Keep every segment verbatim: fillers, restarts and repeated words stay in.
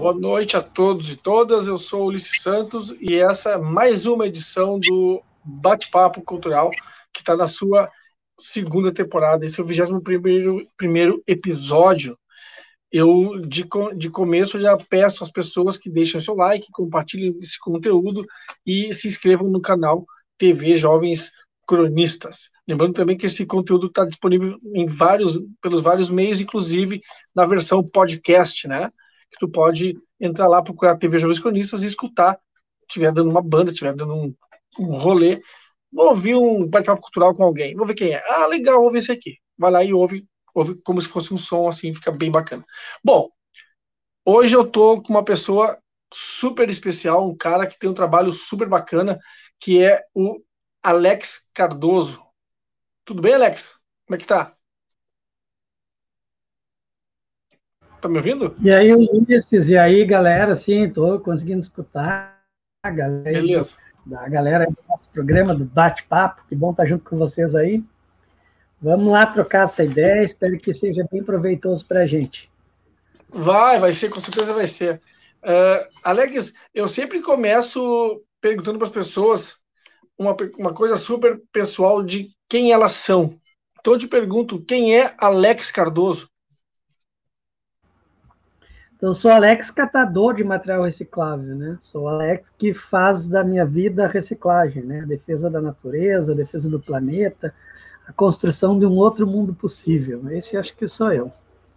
Boa noite a todos e todas, eu sou o Ulisses Santos e essa é mais uma edição do Bate-Papo Cultural, que está na sua segunda temporada, esse é o vigésimo primeiro, primeiro episódio. Eu, de, de começo, já peço às pessoas que deixem o seu like, compartilhem esse conteúdo e se inscrevam no canal T V Jovens Cronistas. Lembrando também que esse conteúdo está disponível em vários, pelos vários meios, inclusive na versão podcast, né? Que tu pode entrar lá, procurar T V Jovens Cronistas e escutar, estiver dando uma banda, estiver dando um, um rolê, vou ouvir um bate-papo cultural com alguém, vou ver quem é. Ah, legal, vou ver esse aqui. Vai lá e ouve, ouve como se fosse um som, assim, fica bem bacana. Bom, hoje eu tô com uma pessoa super especial, um cara que tem um trabalho super bacana, que é o Alex Cardoso. Tudo bem, Alex? Como é que tá? Tá me ouvindo? E aí, Ulisses, e aí, galera, sim, estou conseguindo escutar a galera, Beleza. Do, a galera do nosso programa, do Bate-Papo, que bom estar junto com vocês aí. Vamos lá trocar essa ideia, espero que seja bem proveitoso para a gente. Vai, vai ser, com certeza vai ser. Uh, Alex, eu sempre começo perguntando para as pessoas uma, uma coisa super pessoal de quem elas são. Então eu te pergunto, quem é Alex Cardoso? Então, eu sou Alex catador de material reciclável, né? Sou Alex que faz da minha vida a reciclagem, né? A defesa da natureza, a defesa do planeta, a construção de um outro mundo possível. Esse acho que sou eu.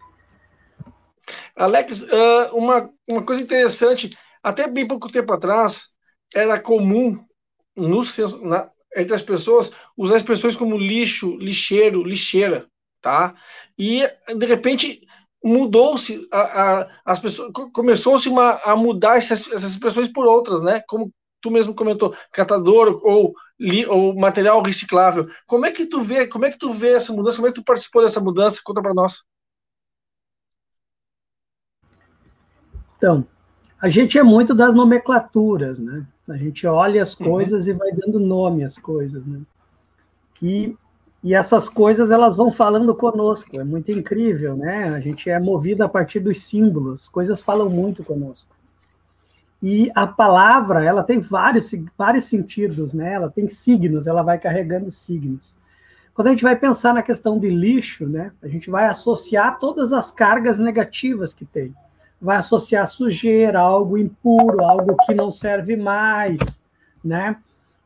Alex, uh, uma, uma coisa interessante, até bem pouco tempo atrás, era comum no, na, entre as pessoas usar expressões como lixo, lixeiro, lixeira, tá? E, de repente, mudou-se, a, a, as pessoas, começou-se a mudar essas, essas expressões por outras, né? Como tu mesmo comentou, catador ou, li, ou material reciclável. Como é que tu vê, como é que tu vê essa mudança? Como é que tu participou dessa mudança? Conta para nós. Então, a gente é muito das nomenclaturas, né? A gente olha as coisas uhum. e vai dando nome às coisas, né? E, e essas coisas, elas vão falando conosco, é muito incrível, né? A gente é movido a partir dos símbolos, coisas falam muito conosco. E a palavra, ela tem vários, vários sentidos, né? Ela tem signos, ela vai carregando signos. Quando a gente vai pensar na questão de lixo, né? A gente vai associar todas as cargas negativas que tem. Vai associar sujeira, algo impuro, algo que não serve mais, né?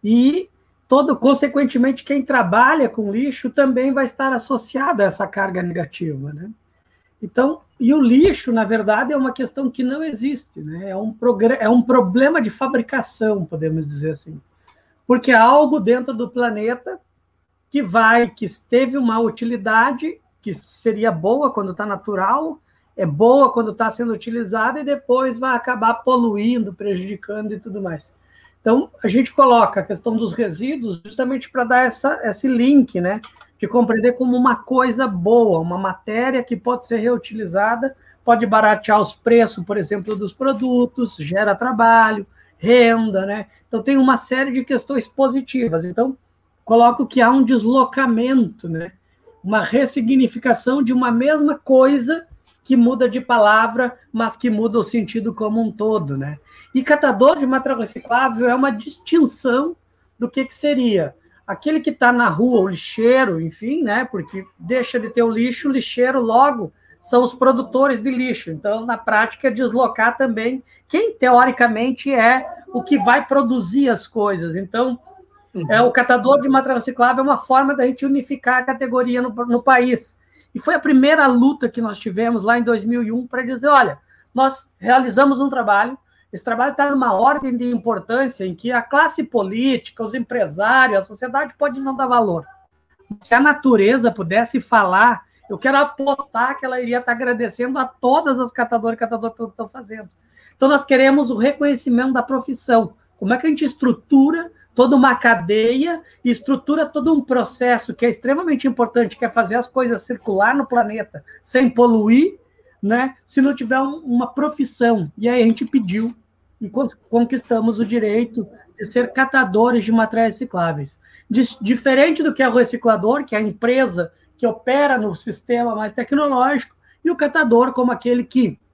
E, todo, consequentemente, quem trabalha com lixo também vai estar associado a essa carga negativa, né? Então, e o lixo, na verdade, é uma questão que não existe, né? É um, é um problema de fabricação, podemos dizer assim. Porque há algo dentro do planeta que vai, que teve uma utilidade, que seria boa quando está natural, é boa quando está sendo utilizada e depois vai acabar poluindo, prejudicando e tudo mais. Então, a gente coloca a questão dos resíduos justamente para dar essa, esse link, né? De compreender como uma coisa boa, uma matéria que pode ser reutilizada, pode baratear os preços, por exemplo, dos produtos, gera trabalho, renda, né? Então, tem uma série de questões positivas. Então, coloco que há um deslocamento, né? Uma ressignificação de uma mesma coisa que muda de palavra, mas que muda o sentido como um todo, né? E catador de material reciclável é uma distinção do que, que seria aquele que está na rua, o lixeiro, enfim, né? Porque deixa de ter o lixo, o lixeiro logo são os produtores de lixo. Então, na prática, deslocar também quem, teoricamente, é o que vai produzir as coisas. Então, uhum. é, o catador de material reciclável é uma forma da gente unificar a categoria no, no país. E foi a primeira luta que nós tivemos lá em dois mil e um para dizer, olha, nós realizamos um trabalho, esse trabalho está numa ordem de importância em que a classe política, os empresários, a sociedade pode não dar valor. Se a natureza pudesse falar, eu quero apostar que ela iria estar agradecendo a todas as catadoras e catadores que estão fazendo. Então, nós queremos o reconhecimento da profissão. Como é que a gente estrutura toda uma cadeia e estrutura todo um processo que é extremamente importante, que é fazer as coisas circular no planeta sem poluir, né? Se não tiver um, uma profissão. E aí a gente pediu e conquistamos o direito de ser catadores de materiais recicláveis. Diferente do que é o reciclador, que é a empresa que opera no sistema mais tecnológico, e o catador como aquele que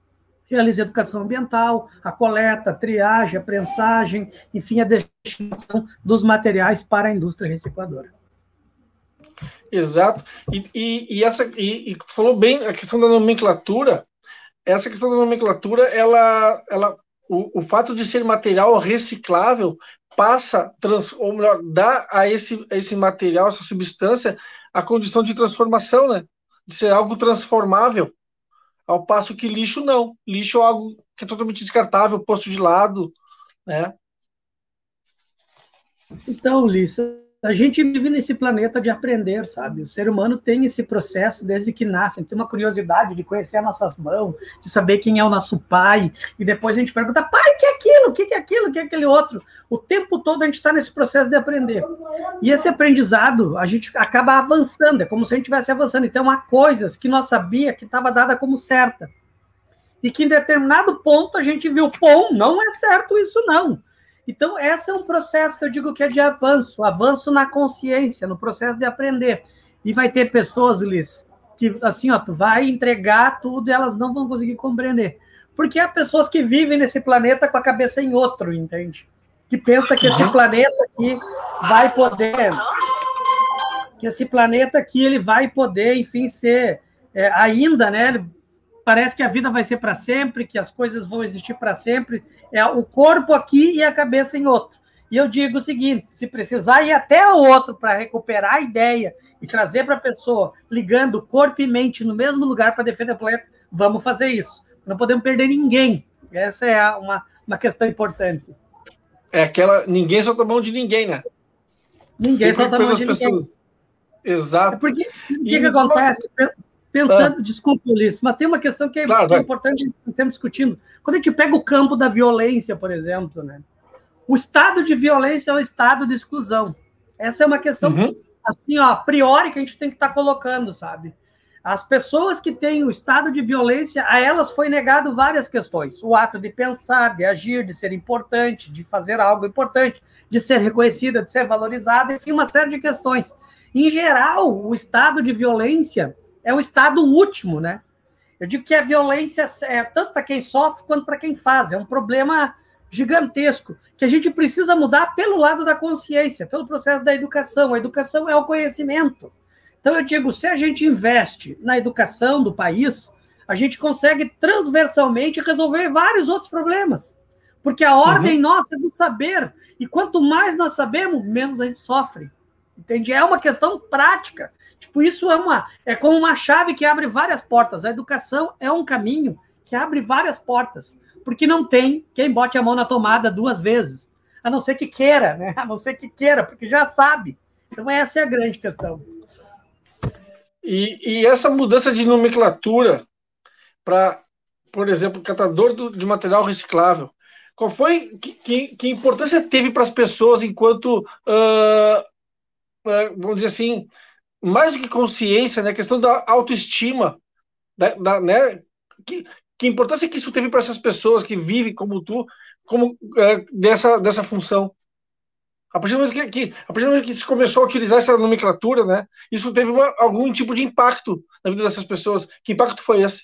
realiza a educação ambiental, a coleta, a triagem, a prensagem, enfim, a destinação dos materiais para a indústria recicladora. Exato. E, e, e essa e, e falou bem a questão da nomenclatura. Essa questão da nomenclatura, ela, ela, o, o fato de ser material reciclável passa, trans, ou melhor, dá a esse, a esse material, essa substância, a condição de transformação, né? De ser algo transformável. Ao passo que lixo não. Lixo é algo que é totalmente descartável, posto de lado, né? Então, Ulisses, a gente vive nesse planeta de aprender, sabe? O ser humano tem esse processo desde que nasce, tem uma curiosidade de conhecer as nossas mãos, de saber quem é o nosso pai, e depois a gente pergunta, pai, o que é aquilo? O que é aquilo? O que é aquele outro? O tempo todo a gente está nesse processo de aprender. E esse aprendizado, a gente acaba avançando, é como se a gente estivesse avançando. Então, há coisas que nós sabia que estava dada como certa. E que em determinado ponto a gente viu, pô, não é certo isso não. Então, esse é um processo que eu digo que é de avanço, avanço na consciência, no processo de aprender. E vai ter pessoas, Liz, que assim, ó, tu vai entregar tudo e elas não vão conseguir compreender. Porque há pessoas que vivem nesse planeta com a cabeça em outro, entende? Que pensa que esse planeta aqui vai poder... Que esse planeta aqui, ele vai poder, enfim, ser é, ainda, né? Parece que a vida vai ser para sempre, que as coisas vão existir para sempre. É o corpo aqui e a cabeça em outro. E eu digo o seguinte, se precisar ir até o outro para recuperar a ideia e trazer para a pessoa, ligando corpo e mente no mesmo lugar para defender o planeta, vamos fazer isso. Não podemos perder ninguém. Essa é uma, uma questão importante. É aquela, ninguém solta a mão de ninguém, né? Ninguém solta a mão de pessoas... ninguém. Exato. É porque o que, que acontece? Pensando, ah. desculpa, Ulisses, mas tem uma questão que é, claro, que é importante a gente sempre discutindo. Quando a gente pega o campo da violência, por exemplo, né? O estado de violência é um estado de exclusão. Essa é uma questão, uhum. assim, ó, a priori, que a gente tem que estar tá colocando, sabe? As pessoas que têm o estado de violência, a elas foi negado várias questões. O ato de pensar, de agir, de ser importante, de fazer algo importante, de ser reconhecida, de ser valorizada, enfim, uma série de questões. Em geral, o estado de violência é o estado último, né? Eu digo que a violência é tanto para quem sofre quanto para quem faz. É um problema gigantesco que a gente precisa mudar pelo lado da consciência, pelo processo da educação. A educação é o conhecimento. Então, eu digo, se a gente investe na educação do país, a gente consegue transversalmente resolver vários outros problemas. Porque a ordem uhum. nossa é do saber. E quanto mais nós sabemos, menos a gente sofre. Entende? É uma questão prática. Tipo, isso é, uma, é como uma chave que abre várias portas. A educação é um caminho que abre várias portas. Porque não tem quem bote a mão na tomada duas vezes. A não ser que queira, né? A não ser que queira, porque já sabe. Então, essa é a grande questão. E, e essa mudança de nomenclatura para, por exemplo, catador do, de material reciclável, qual foi, que, que, que importância teve para as pessoas enquanto, uh, uh, vamos dizer assim, mais do que consciência, né, a questão da autoestima, da, da, né, que, que importância que isso teve para essas pessoas que vivem como tu, como uh, dessa, dessa função? A partir do momento que, que, a partir do momento que se começou a utilizar essa nomenclatura, né, isso teve uma, algum tipo de impacto na vida dessas pessoas. Que impacto foi esse?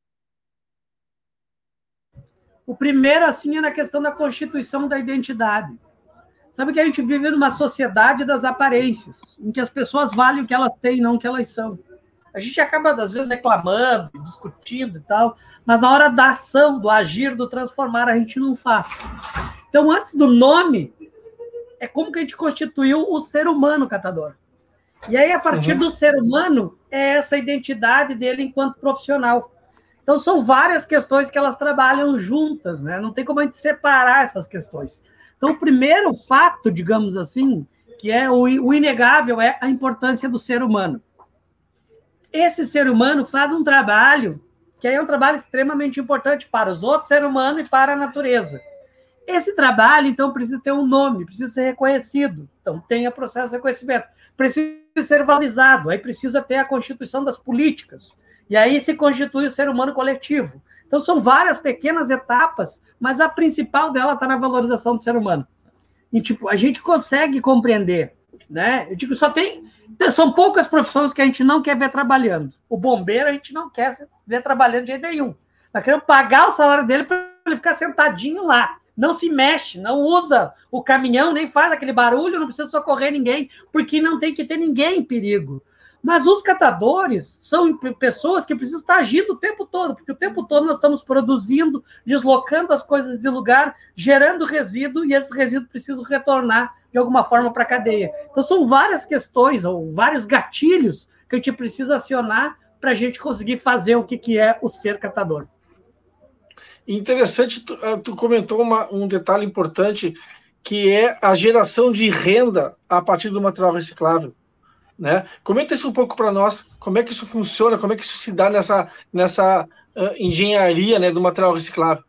O primeiro, assim, é na questão da constituição da identidade. Sabe que a gente vive numa sociedade das aparências, em que as pessoas valem o que elas têm, não o que elas são. A gente acaba, às vezes, reclamando, discutindo e tal, mas na hora da ação, do agir, do transformar, a gente não faz. Então, antes do nome, é como que a gente constituiu o ser humano, catador. E aí, a partir uhum. do ser humano, é essa identidade dele enquanto profissional. Então, são várias questões que elas trabalham juntas, né? Não tem como a gente separar essas questões. Então, o primeiro fato, digamos assim, que é o, o inegável, é a importância do ser humano. Esse ser humano faz um trabalho que é um trabalho extremamente importante para os outros seres humanos e para a natureza. Esse trabalho, então, precisa ter um nome, precisa ser reconhecido. Então, tenha processo de reconhecimento. Precisa ser valorizado, aí precisa ter a constituição das políticas. E aí se constitui o ser humano coletivo. Então, são várias pequenas etapas, mas a principal dela está na valorização do ser humano. E, tipo, a gente consegue compreender, né? Eu digo, só tem... São poucas profissões que a gente não quer ver trabalhando. O bombeiro a gente não quer ver trabalhando de jeito nenhum. Nós queremos pagar o salário dele para ele ficar sentadinho lá. Não se mexe, não usa o caminhão, nem faz aquele barulho, não precisa socorrer ninguém, porque não tem que ter ninguém em perigo. Mas os catadores são pessoas que precisam estar agindo o tempo todo, porque o tempo todo nós estamos produzindo, deslocando as coisas de lugar, gerando resíduo, e esses resíduos precisam retornar de alguma forma para a cadeia. Então, são várias questões, ou vários gatilhos que a gente precisa acionar para a gente conseguir fazer o que, que é o ser catador. Interessante, tu, tu comentou uma, um detalhe importante, que é a geração de renda a partir do material reciclável. Né? Comenta isso um pouco para nós, como é que isso funciona, como é que isso se dá nessa, nessa uh, engenharia, né, do material reciclável.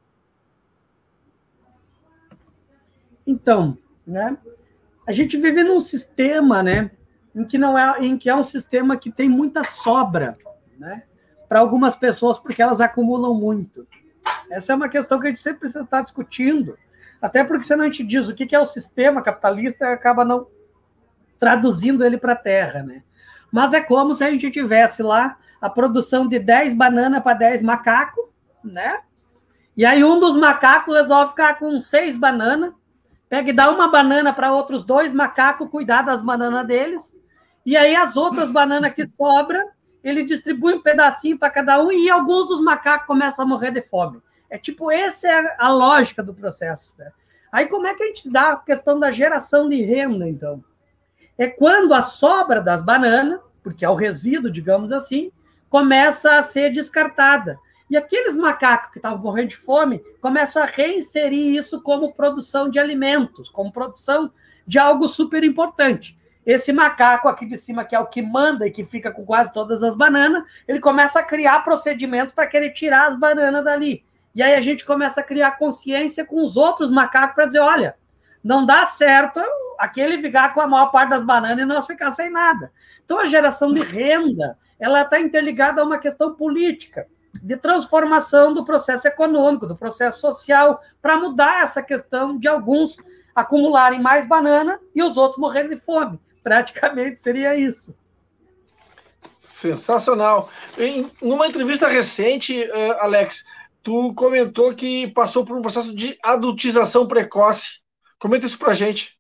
Então, né, a gente vive num sistema, né, em que não é, em que é um sistema que tem muita sobra, né, para algumas pessoas, porque elas acumulam muito. Essa é uma questão que a gente sempre precisa estar discutindo, até porque senão a gente diz o que é o sistema capitalista e acaba não traduzindo ele para a terra, né? Mas é como se a gente tivesse lá a produção de dez bananas para dez macacos, né? E aí um dos macacos resolve ficar com seis bananas, pega e dá uma banana para outros dois macacos cuidar das bananas deles, e aí as outras bananas que sobram, ele distribui um pedacinho para cada um e alguns dos macacos começam a morrer de fome. É tipo, essa é a lógica do processo, né? Aí como é que a gente dá a questão da geração de renda, então? É quando a sobra das bananas, porque é o resíduo, digamos assim, começa a ser descartada. E aqueles macacos que estavam morrendo de fome começam a reinserir isso como produção de alimentos, como produção de algo super importante. Esse macaco aqui de cima, que é o que manda e que fica com quase todas as bananas, ele começa a criar procedimentos para querer tirar as bananas dali. E aí a gente começa a criar consciência com os outros macacos para dizer, olha, não dá certo aquele ficar com a maior parte das bananas e nós ficar sem nada. Então, a geração de renda, ela está interligada a uma questão política, de transformação do processo econômico, do processo social, para mudar essa questão de alguns acumularem mais banana e os outros morrerem de fome. Praticamente seria isso. Sensacional. Em uma entrevista recente, Alex, tu comentou que passou por um processo de adultização precoce. Comenta isso pra gente.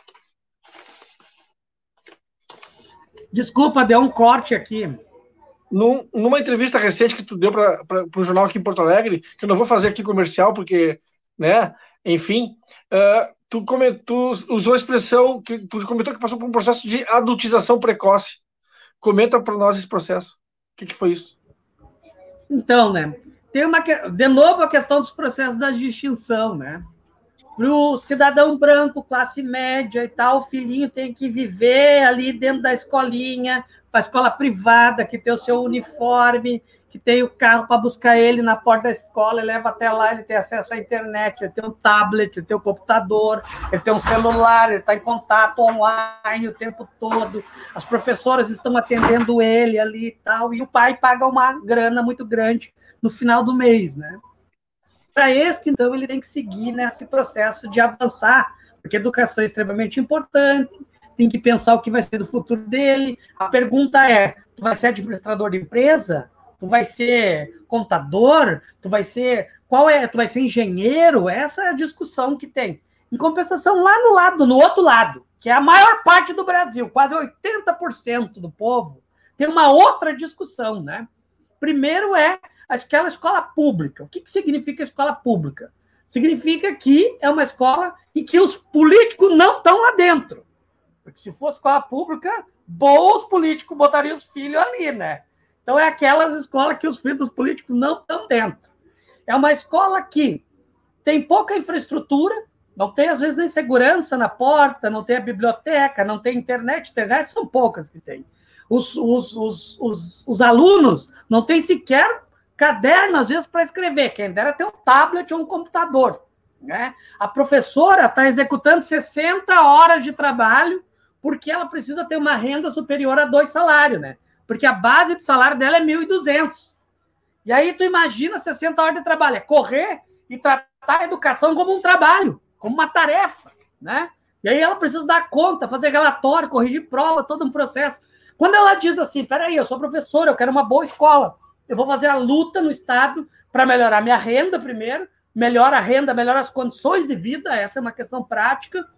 Desculpa, deu um corte aqui. Num, numa entrevista recente que tu deu para o jornal aqui em Porto Alegre, que eu não vou fazer aqui comercial, porque, né, enfim, uh, tu, comentou, tu usou a expressão, que tu comentou que passou por um processo de adultização precoce. Comenta para nós esse processo. O que, que foi isso? Então, né, tem uma, de novo a questão dos processos da distinção, né? Para o cidadão branco, classe média e tal, o filhinho tem que viver ali dentro da escolinha, para a escola privada, que tem o seu uniforme, que tem o carro para buscar ele na porta da escola, ele leva até lá, ele tem acesso à internet, ele tem um tablet, ele tem um computador, ele tem um celular, ele está em contato online o tempo todo, as professoras estão atendendo ele ali e tal, e o pai paga uma grana muito grande no final do mês, né? Para este, então, ele tem que seguir nesse processo de avançar, porque a educação é extremamente importante, tem que pensar o que vai ser do futuro dele. A pergunta é, tu vai ser administrador de empresa? Tu vai ser contador? Tu vai ser... Qual é? Tu vai ser engenheiro? Essa é a discussão que tem. Em compensação, lá no lado, no outro lado, que é a maior parte do Brasil, quase oitenta por cento do povo, tem uma outra discussão, né? Primeiro é aquela escola pública. O que, que significa escola pública? Significa que é uma escola em que os políticos não estão lá dentro. Porque se fosse escola pública, bons políticos botariam os filhos ali, né? Então, é aquelas escolas que os filhos dos políticos não estão dentro. É uma escola que tem pouca infraestrutura, não tem, às vezes, nem segurança na porta, não tem a biblioteca, não tem internet. Internet são poucas que tem. Os, os, os, os, os alunos não têm sequer caderno, às vezes, para escrever. Quem dera ter um tablet ou um computador, né? A professora está executando sessenta horas de trabalho porque ela precisa ter uma renda superior a dois salários, né? Porque a base de salário dela é mil e duzentos. E aí tu imagina sessenta horas de trabalho, é correr e tratar a educação como um trabalho, como uma tarefa, né? E aí ela precisa dar conta, fazer relatório, corrigir prova, todo um processo. Quando ela diz assim, peraí, eu sou professora, eu quero uma boa escola, eu vou fazer a luta no Estado para melhorar minha renda primeiro, melhora a renda, melhora as condições de vida, essa é uma questão prática.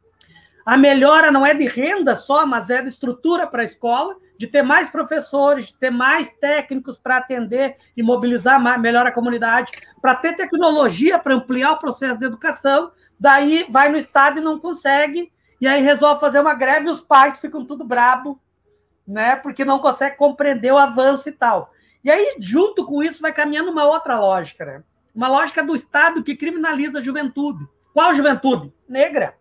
A melhora não é de renda só, mas é de estrutura para a escola, de ter mais professores, de ter mais técnicos para atender e mobilizar mais, melhor a comunidade, para ter tecnologia para ampliar o processo de educação, daí vai no Estado e não consegue, e aí resolve fazer uma greve e os pais ficam tudo brabo, né, porque não consegue compreender o avanço e tal. E aí, junto com isso, vai caminhando uma outra lógica, né? Uma lógica do Estado que criminaliza a juventude. Qual juventude? Negra.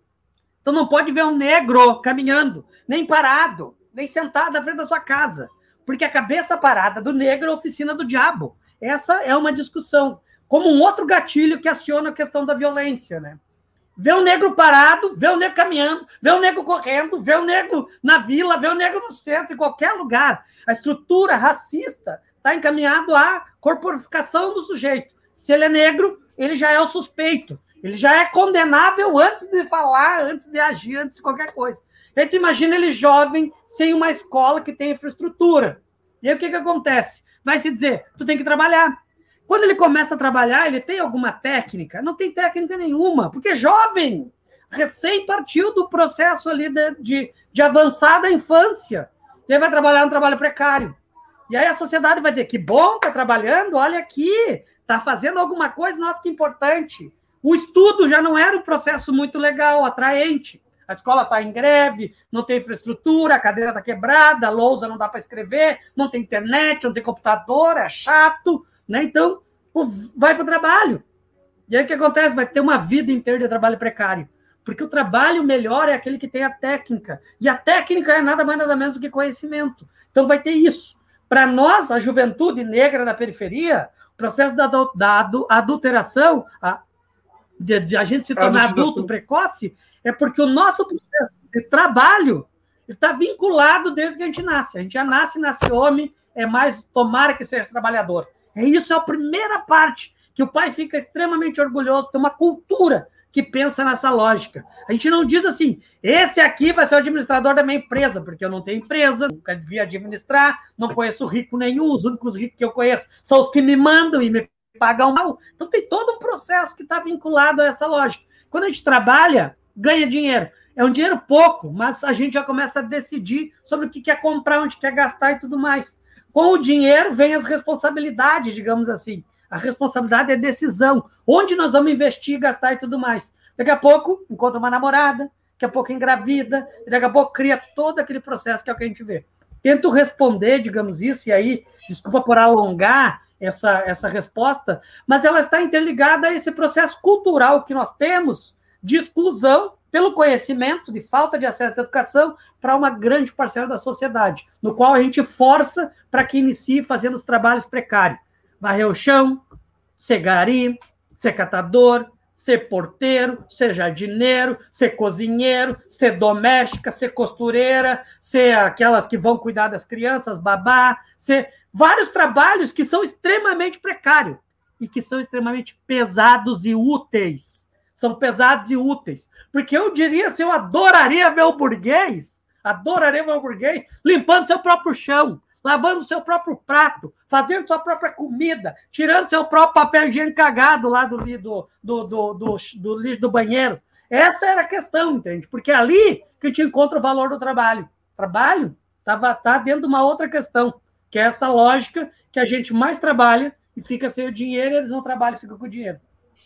Então não pode ver um negro caminhando, nem parado, nem sentado na frente da sua casa, porque a cabeça parada do negro é a oficina do diabo. Essa é uma discussão, como um outro gatilho que aciona a questão da violência, né? Vê o negro parado, vê o negro caminhando, vê o negro correndo, vê o negro na vila, vê o negro no centro, em qualquer lugar. A estrutura racista está encaminhado à corporificação do sujeito. Se ele é negro, ele já é o suspeito. Ele já é condenável antes de falar, antes de agir, antes de qualquer coisa. Aí tu imagina ele jovem, sem uma escola que tem infraestrutura. E aí o que, que acontece? Vai se dizer, tu tem que trabalhar. Quando ele começa a trabalhar, ele tem alguma técnica? Não tem técnica nenhuma, porque é jovem, recém partiu do processo ali de, de, de avançada infância. E aí vai trabalhar um trabalho precário. E aí a sociedade vai dizer, que bom, tá trabalhando, olha aqui, tá fazendo alguma coisa, nossa, que importante. O estudo já não era um processo muito legal, atraente. A escola está em greve, não tem infraestrutura, a cadeira está quebrada, a lousa não dá para escrever, não tem internet, não tem computador, é chato, né? Então, vai para o trabalho. E aí o que acontece? Vai ter uma vida inteira de trabalho precário. Porque o trabalho melhor é aquele que tem a técnica. E a técnica é nada mais nada menos do que conhecimento. Então vai ter isso. Para nós, a juventude negra da periferia, o processo da, da adulteração, a De, de a gente se tornar adulto precoce, é porque o nosso processo de trabalho está vinculado desde que a gente nasce. A gente já nasce, nasce homem, é mais tomara que seja trabalhador. É isso, é a primeira parte que o pai fica extremamente orgulhoso, tem uma cultura que pensa nessa lógica. A gente não diz assim, esse aqui vai ser o administrador da minha empresa, porque eu não tenho empresa, nunca devia administrar, não conheço rico nenhum, os únicos ricos que eu conheço são os que me mandam e me pagam mal. Então tem todo um processo que está vinculado a essa lógica. Quando a gente trabalha, ganha dinheiro. É um dinheiro pouco, mas a gente já começa a decidir sobre o que quer comprar, onde quer gastar e tudo mais. Com o dinheiro vem as responsabilidades, digamos assim. A responsabilidade é decisão. Onde nós vamos investir, gastar e tudo mais. Daqui a pouco, encontra uma namorada, daqui a pouco engravida, e daqui a pouco cria todo aquele processo que é o que a gente vê. Tento responder, digamos isso, e aí, desculpa por alongar, Essa, essa resposta, mas ela está interligada a esse processo cultural que nós temos de exclusão pelo conhecimento, de falta de acesso à educação para uma grande parcela da sociedade, no qual a gente força para que inicie fazendo os trabalhos precários. Varrer o chão, ser gari, ser catador, ser porteiro, ser jardineiro, ser cozinheiro, ser doméstica, ser costureira, ser aquelas que vão cuidar das crianças, babá, ser... vários trabalhos que são extremamente precários e que são extremamente pesados e úteis. São pesados e úteis. Porque eu diria assim, eu adoraria ver o burguês, adoraria ver o burguês limpando seu próprio chão, lavando seu próprio prato, fazendo sua própria comida, tirando seu próprio papel higiênico cagado lá do, do, do, do, do, do lixo do banheiro. Essa era a questão, entende? Porque é ali que a gente encontra o valor do trabalho. Trabalho estava tá dentro de uma outra questão, que é essa lógica que a gente mais trabalha e fica sem o dinheiro, e eles não trabalham e ficam com o dinheiro.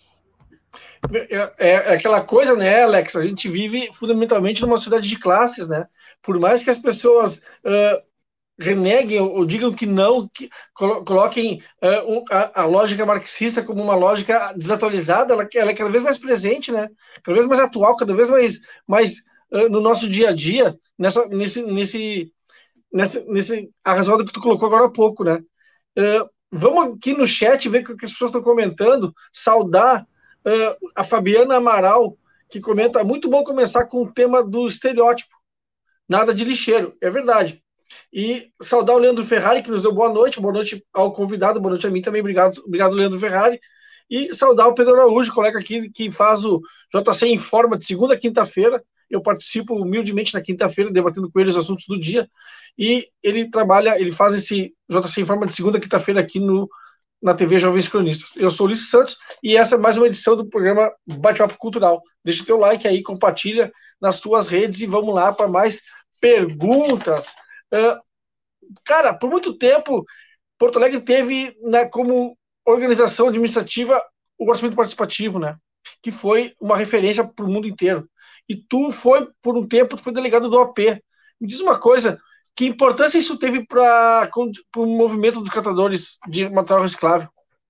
É, é aquela coisa, né, Alex? A gente vive fundamentalmente numa sociedade de classes, né? Por mais que as pessoas uh, reneguem ou, ou digam que não, que colo coloquem uh, um, a, a lógica marxista como uma lógica desatualizada, ela, ela é cada vez mais presente, né? Cada vez mais atual, cada vez mais, mais uh, no nosso dia a dia, nessa, nesse, nesse Nesse, nesse, a razão do que tu colocou agora há pouco, né? Uh, vamos aqui no chat ver o que as pessoas estão comentando, saudar uh, a Fabiana Amaral, que comenta, muito bom começar com o tema do estereótipo, nada de lixeiro, é verdade. E saudar o Leandro Ferrari, que nos deu boa noite, boa noite ao convidado, boa noite a mim também, obrigado, obrigado Leandro Ferrari. E saudar o Pedro Araújo, colega aqui que faz o J C Informa de segunda a quinta-feira. eu participo humildemente na quinta-feira, debatendo com ele os assuntos do dia, e ele trabalha, ele faz esse J C Informa de segunda a quinta-feira aqui no, na T V Jovens Cronistas. Eu sou o Ulisses Santos, e essa é mais uma edição do programa Bate-Papo Cultural. Deixa o teu like aí, compartilha nas tuas redes, e vamos lá para mais perguntas. Uh, cara, por muito tempo, Porto Alegre teve, né, como organização administrativa o orçamento participativo, né? Que foi uma referência para o mundo inteiro. E tu foi, por um tempo, tu foi delegado do O P. Me diz uma coisa, que importância isso teve para o movimento dos catadores de material reciclável?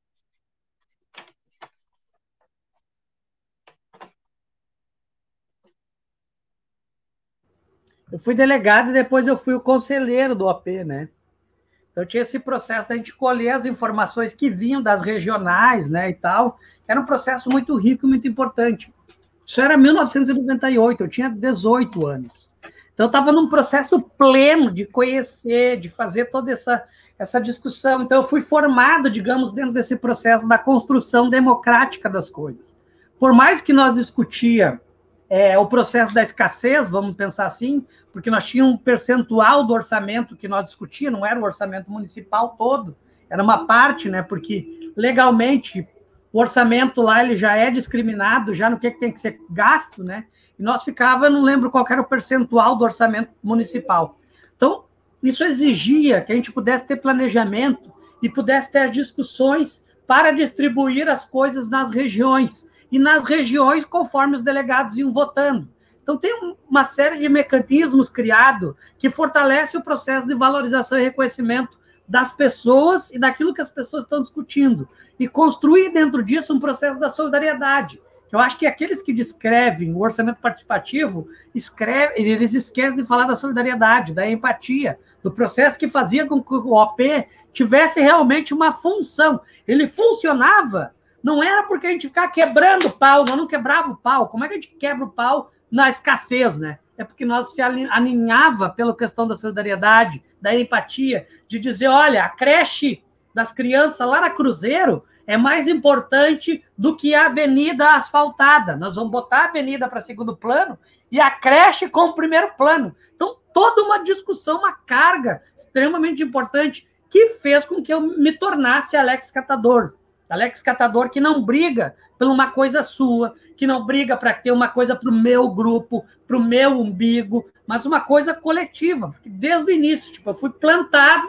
Eu fui delegado e depois eu fui o conselheiro do O P, né? Então tinha esse processo da gente colher as informações que vinham das regionais, né, e tal. Era um processo muito rico e muito importante. Isso era mil novecentos e noventa e oito, eu tinha dezoito anos. Então eu estava num processo pleno de conhecer, de fazer toda essa, essa discussão. Então eu fui formado, digamos, dentro desse processo da construção democrática das coisas. Por mais que nós discutia é, o processo da escassez, vamos pensar assim, porque nós tínhamos um percentual do orçamento que nós discutíamos, não era o orçamento municipal todo, era uma parte, né? Porque legalmente o orçamento lá ele já é discriminado, já no que, que tem que ser gasto, né? E nós ficava, não lembro qual era o percentual do orçamento municipal. Então, isso exigia que a gente pudesse ter planejamento e pudesse ter discussões para distribuir as coisas nas regiões, e nas regiões conforme os delegados iam votando. Então, tem uma série de mecanismos criados que fortalece o processo de valorização e reconhecimento das pessoas e daquilo que as pessoas estão discutindo. E construir dentro disso um processo da solidariedade. Eu acho que aqueles que descrevem o orçamento participativo, escreve, eles esquecem de falar da solidariedade, da empatia, do processo que fazia com que o O P tivesse realmente uma função. Ele funcionava, não era porque a gente ficava quebrando o pau, nós não quebrava o pau. Como é que a gente quebra o pau na escassez, né? É porque nós se alinhava pela questão da solidariedade, da empatia, de dizer, olha, a creche das crianças lá na Cruzeiro é mais importante do que a avenida asfaltada. Nós vamos botar a avenida para segundo plano e a creche como primeiro plano. Então, toda uma discussão, uma carga extremamente importante que fez com que eu me tornasse Alex Catador. Alex Catador que não briga por uma coisa sua, que não briga para ter uma coisa para o meu grupo, para o meu umbigo, mas uma coisa coletiva. Porque desde o início, tipo, eu fui plantado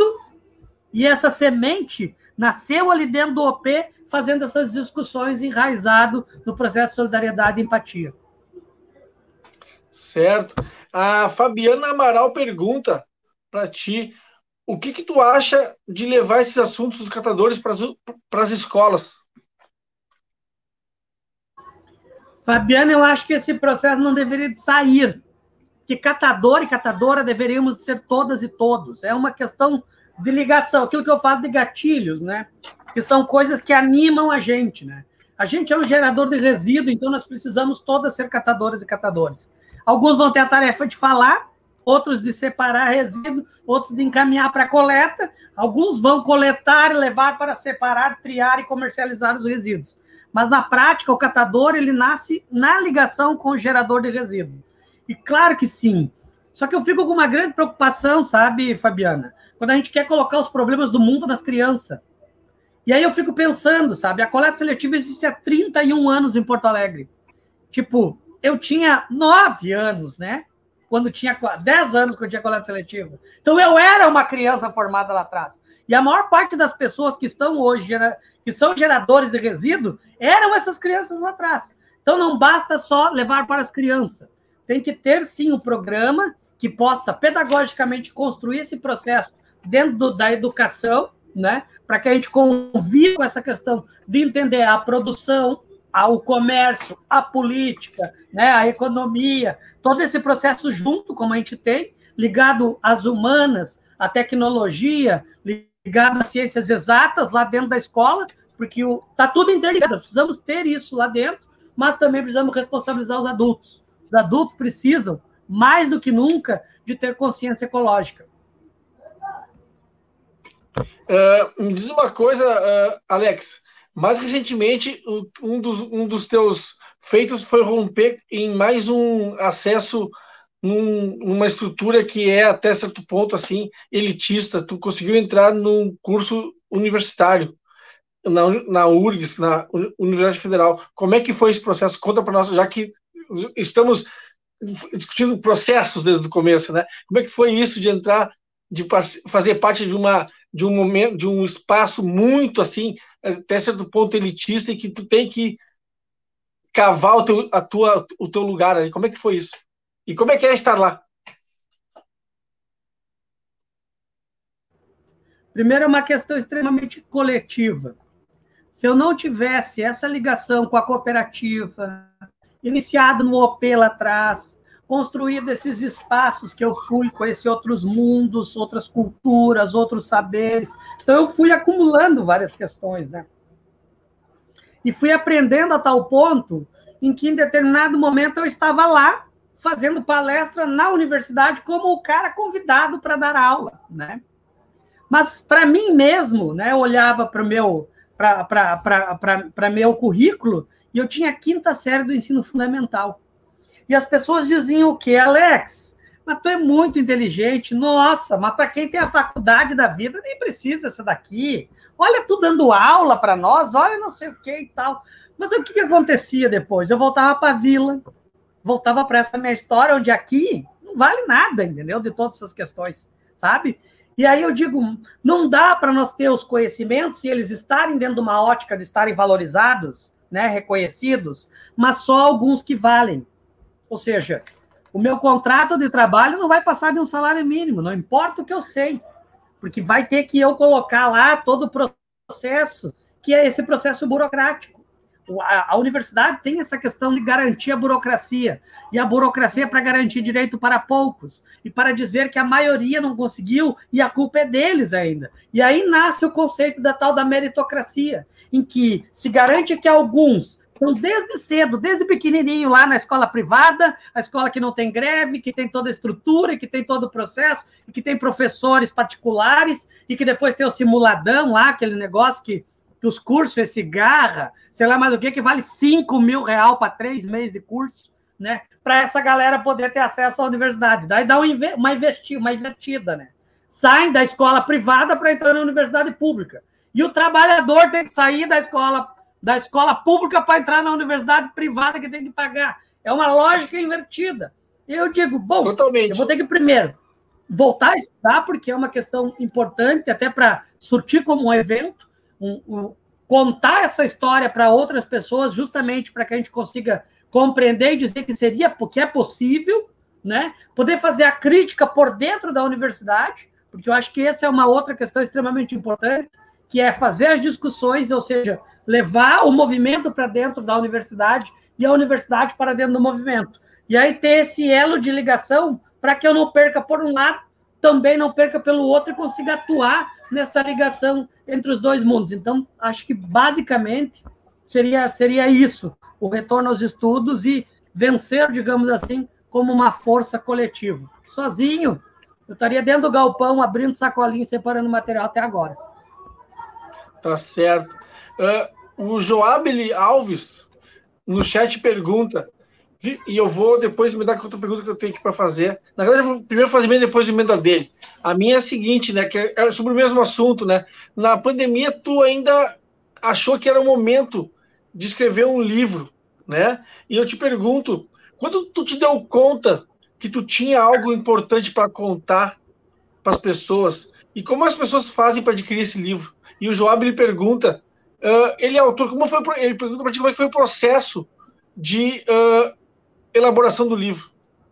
e essa semente nasceu ali dentro do O P, fazendo essas discussões enraizado no processo de solidariedade e empatia. Certo. A Fabiana Amaral pergunta para ti, o que que tu acha de levar esses assuntos dos catadores para as escolas? Fabiana, eu acho que esse processo não deveria de sair, que catador e catadora deveríamos ser todas e todos. É uma questão de ligação, aquilo que eu falo de gatilhos, né? Que são coisas que animam a gente, né? A gente é um gerador de resíduo, então nós precisamos todas ser catadoras e catadores. Alguns vão ter a tarefa de falar, outros de separar resíduo, outros de encaminhar para coleta, alguns vão coletar e levar para separar, triar e comercializar os resíduos. Mas, na prática, o catador ele nasce na ligação com o gerador de resíduo. E claro que sim. Só que eu fico com uma grande preocupação, sabe, Fabiana? Quando a gente quer colocar os problemas do mundo nas crianças. E aí eu fico pensando, sabe? A coleta seletiva existe há trinta e um anos em Porto Alegre. Tipo, eu tinha nove anos, né? Quando tinha dez anos que eu tinha coleta seletiva. Então, eu era uma criança formada lá atrás. E a maior parte das pessoas que estão hoje, que são geradores de resíduo, eram essas crianças lá atrás. Então, não basta só levar para as crianças. Tem que ter, sim, um programa que possa pedagogicamente construir esse processo dentro do, da educação, né? Para que a gente conviva com essa questão de entender a produção, o comércio, a política, né? A economia, todo esse processo junto, como a gente tem, ligado às humanas, à tecnologia, ligado às ciências exatas lá dentro da escola, porque está tudo interligado, precisamos ter isso lá dentro, mas também precisamos responsabilizar os adultos. Os adultos precisam, mais do que nunca, de ter consciência ecológica. Uh, me diz uma coisa, uh, Alex. Mais recentemente, um dos, um dos teus feito foi romper em mais um acesso num, numa estrutura que é, até certo ponto, assim, elitista. Tu conseguiu entrar num curso universitário, na, na U R G S, na Universidade Federal. Como é que foi esse processo? Conta para nós, já que estamos discutindo processos desde o começo, né? Como é que foi isso de entrar, de fazer parte de uma de um momento, de um espaço muito assim, até certo ponto elitista, e que tu tem que cavar o teu, a tua, o teu lugar ali? Como é que foi isso? E como é que é estar lá? Primeiro, é uma questão extremamente coletiva. Se eu não tivesse essa ligação com a cooperativa, iniciado no O P lá atrás, construído esses espaços que eu fui conhecer outros mundos, outras culturas, outros saberes. Então, eu fui acumulando várias questões, né? E fui aprendendo a tal ponto em que, em determinado momento, eu estava lá, fazendo palestra na universidade como o cara convidado para dar aula, né? Mas, para mim mesmo, né, eu olhava para o meu, para meu currículo e eu tinha a quinta série do ensino fundamental. E as pessoas diziam o quê? Alex, mas tu é muito inteligente. Nossa, mas para quem tem a faculdade da vida, nem precisa essa daqui. Olha, tu dando aula para nós, olha não sei o que e tal. Mas o que, que acontecia depois? Eu voltava para a vila, voltava para essa minha história, onde aqui não vale nada, entendeu? De todas essas questões, sabe? E aí eu digo, não dá para nós ter os conhecimentos e eles estarem dentro de uma ótica de estarem valorizados, né, reconhecidos, mas só alguns que valem. Ou seja, o meu contrato de trabalho não vai passar de um salário mínimo, não importa o que eu sei, porque vai ter que eu colocar lá todo o processo, que é esse processo burocrático. A, a universidade tem essa questão de garantir a burocracia, e a burocracia é para garantir direito para poucos, e para dizer que a maioria não conseguiu, e a culpa é deles ainda. E aí nasce o conceito da tal da meritocracia, em que se garante que alguns são desde cedo, desde pequenininho, lá na escola privada, a escola que não tem greve, que tem toda a estrutura, que tem todo o processo, e que tem professores particulares, e que depois tem o simuladão lá, aquele negócio que, que os cursos, esse garra, sei lá mais o que, que vale cinco mil reais para três meses de curso, né? Para essa galera poder ter acesso à universidade. Daí dá uma, investi uma invertida, né? Saem da escola privada para entrar na universidade pública. E o trabalhador tem que sair da escola da escola pública para entrar na universidade privada que tem que pagar. É uma lógica invertida. Eu digo, bom, Totalmente. eu vou ter que primeiro voltar a estudar, porque é uma questão importante, até para surtir como um evento, um, um, contar essa história para outras pessoas, justamente para que a gente consiga compreender e dizer que seria, porque é possível, né? Poder fazer a crítica por dentro da universidade, porque eu acho que essa é uma outra questão extremamente importante, que é fazer as discussões, ou seja, levar o movimento para dentro da universidade e a universidade para dentro do movimento. E aí ter esse elo de ligação para que eu não perca por um lado, também não perca pelo outro e consiga atuar nessa ligação entre os dois mundos. Então, acho que, basicamente, seria, seria isso, o retorno aos estudos e vencer, digamos assim, como uma força coletiva. Sozinho, eu estaria dentro do galpão, abrindo sacolinho, separando material até agora. Tá certo. Uh, o Joabeli Alves, no chat, pergunta, e eu vou depois me dar outra pergunta que eu tenho aqui para fazer. Na verdade, eu vou primeiro fazer bem, depois de emenda dele. A minha é a seguinte, né, que é sobre o mesmo assunto, né? Na pandemia, tu ainda achou que era o momento de escrever um livro, né? E eu te pergunto, quando tu te deu conta que tu tinha algo importante para contar para as pessoas, e como as pessoas fazem para adquirir esse livro? E o Joab, ele pergunta, uh, ele é autor, como foi, ele pergunta para ti como é que foi o processo de uh, elaboração do livro.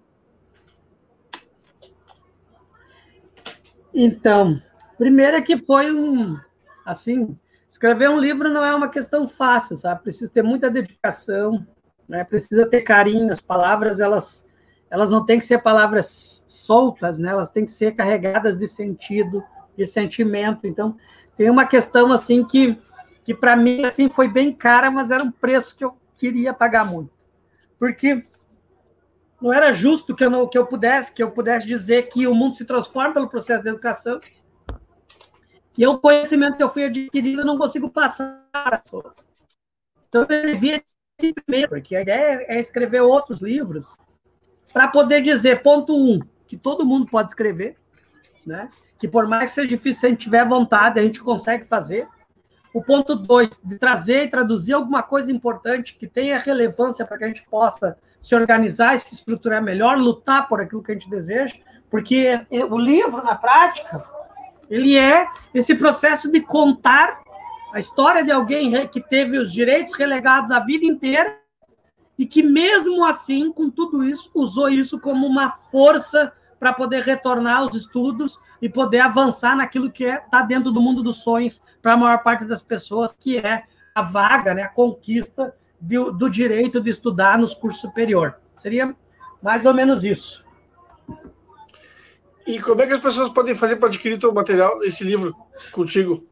Então, primeiro é que foi um, assim, escrever um livro não é uma questão fácil, sabe? Precisa ter muita dedicação, né? Precisa ter carinho, as palavras, elas, elas não têm que ser palavras soltas, né? Elas têm que ser carregadas de sentido, de sentimento. Então, tem uma questão, assim, que, que para mim, assim, foi bem cara, mas era um preço que eu queria pagar muito. Porque não era justo que eu, não, que eu pudesse que eu pudesse dizer que o mundo se transforma pelo processo de educação e o conhecimento que eu fui adquirindo eu não consigo passar para as pessoas. Então, eu escrevi primeiro, porque a ideia é escrever outros livros para poder dizer, ponto um, que todo mundo pode escrever, né? Que por mais que seja difícil, se a gente tiver vontade, a gente consegue fazer. O ponto dois, de trazer e traduzir alguma coisa importante que tenha relevância para que a gente possa se organizar e se estruturar melhor, lutar por aquilo que a gente deseja, porque o livro, na prática, ele é esse processo de contar a história de alguém que teve os direitos relegados a vida inteira e que, mesmo assim, com tudo isso, usou isso como uma força para poder retornar aos estudos e poder avançar naquilo que está dentro do mundo dos sonhos para a maior parte das pessoas, que é a vaga, né, a conquista do, do direito de estudar nos cursos superiores. Seria mais ou menos isso. E como é que as pessoas podem fazer para adquirir teu material, esse livro, contigo?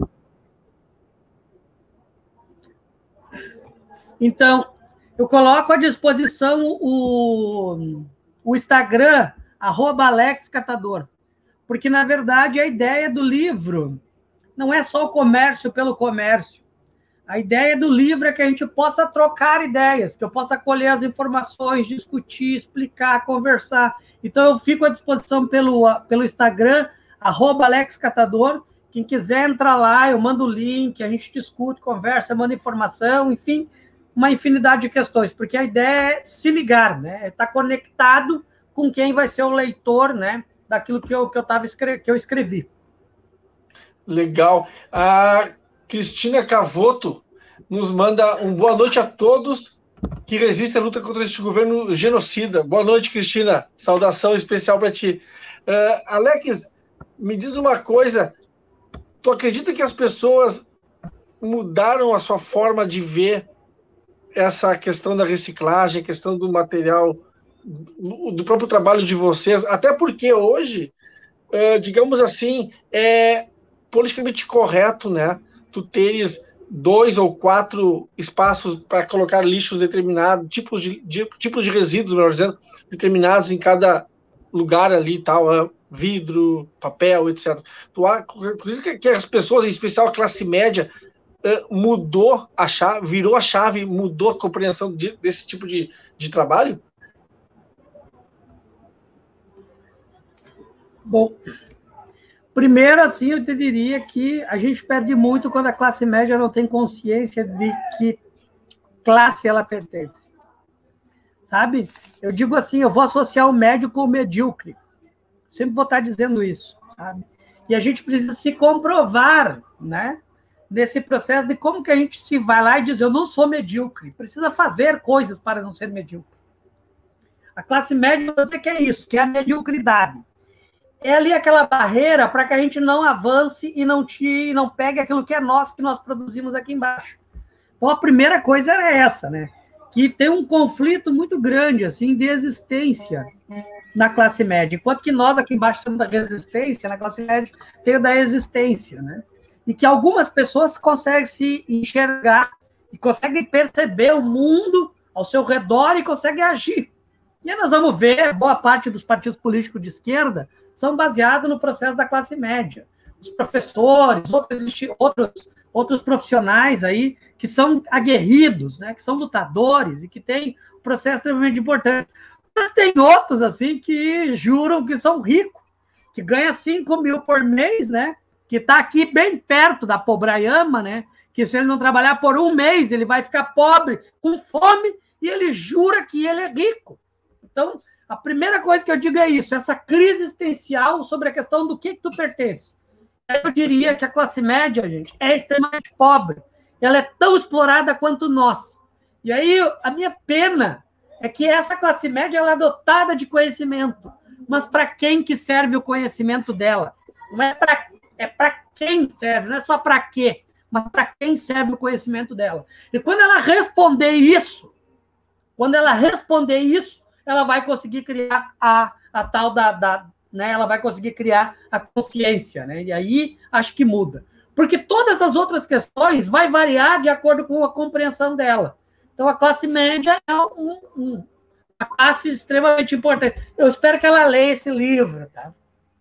Então, eu coloco à disposição o, o Instagram, arroba Alex Catador. Porque, na verdade, a ideia do livro não é só o comércio pelo comércio. A ideia do livro é que a gente possa trocar ideias, que eu possa colher as informações, discutir, explicar, conversar. Então, eu fico à disposição pelo, pelo Instagram, arroba Alex Catador. Quem quiser entrar lá, eu mando o link, a gente discute, conversa, manda informação, enfim, uma infinidade de questões. Porque a ideia é se ligar, né? É estar conectado com quem vai ser o leitor, né, daquilo que eu, que eu, tava escre- que eu escrevi. Legal. A Cristina Cavoto nos manda um boa noite a todos que resistem à luta contra este governo genocida. Boa noite, Cristina. Saudação especial para ti. Uh, Alex, me diz uma coisa. Tu acredita que as pessoas mudaram a sua forma de ver essa questão da reciclagem, a questão do material, do próprio trabalho de vocês? Até porque hoje, uh, digamos assim, é politicamente correto, né? Tu teres dois ou quatro espaços para colocar lixos determinados, tipos de, de, tipos de resíduos, melhor dizendo, determinados em cada lugar ali e tal, vidro, papel, etcétera. Tu acredita que as pessoas, em especial a classe média, mudou a chave, virou a chave, mudou a compreensão de, desse tipo de, de trabalho? Bom, primeiro, assim, eu te diria que a gente perde muito quando a classe média não tem consciência de que classe ela pertence. Sabe? Eu digo assim, eu vou associar o médio com o medíocre. Sempre vou estar dizendo isso, sabe? E a gente precisa se comprovar, né, nesse processo de como que a gente se vai lá e diz, eu não sou medíocre. Precisa fazer coisas para não ser medíocre. A classe média, eu dizer que é isso, que é a mediocridade. É ali aquela barreira para que a gente não avance e não tire, não pegue aquilo que é nosso, que nós produzimos aqui embaixo. Então, a primeira coisa era essa, né? Que tem um conflito muito grande, assim, de existência na classe média. Enquanto que nós aqui embaixo temos da resistência, na classe média tem o da existência, né? E que algumas pessoas conseguem se enxergar e conseguem perceber o mundo ao seu redor e conseguem agir. E aí nós vamos ver, boa parte dos partidos políticos de esquerda são baseados no processo da classe média. Os professores, outros, outros, outros profissionais aí que são aguerridos, né, que são lutadores e que têm um processo extremamente importante. Mas tem outros assim que juram que são ricos, que ganham cinco mil por mês, né, que está aqui bem perto da pobraiama, né, que se ele não trabalhar por um mês, ele vai ficar pobre, com fome, e ele jura que ele é rico. Então, a primeira coisa que eu digo é isso, essa crise existencial sobre a questão do que, que tu pertence. Eu diria que a classe média, gente, é extremamente pobre. Ela é tão explorada quanto nós. E aí, a minha pena é que essa classe média ela é dotada de conhecimento. Mas para quem que serve o conhecimento dela? Não é para é para quem serve, não é só para quê, mas para quem serve o conhecimento dela. E quando ela responder isso, quando ela responder isso, ela vai conseguir criar a, a tal da, da né, ela vai conseguir criar a consciência, né? E aí acho que muda. Porque todas as outras questões vai variar de acordo com a compreensão dela. Então, a classe média é um, um, uma classe extremamente importante. Eu espero que ela leia esse livro, tá?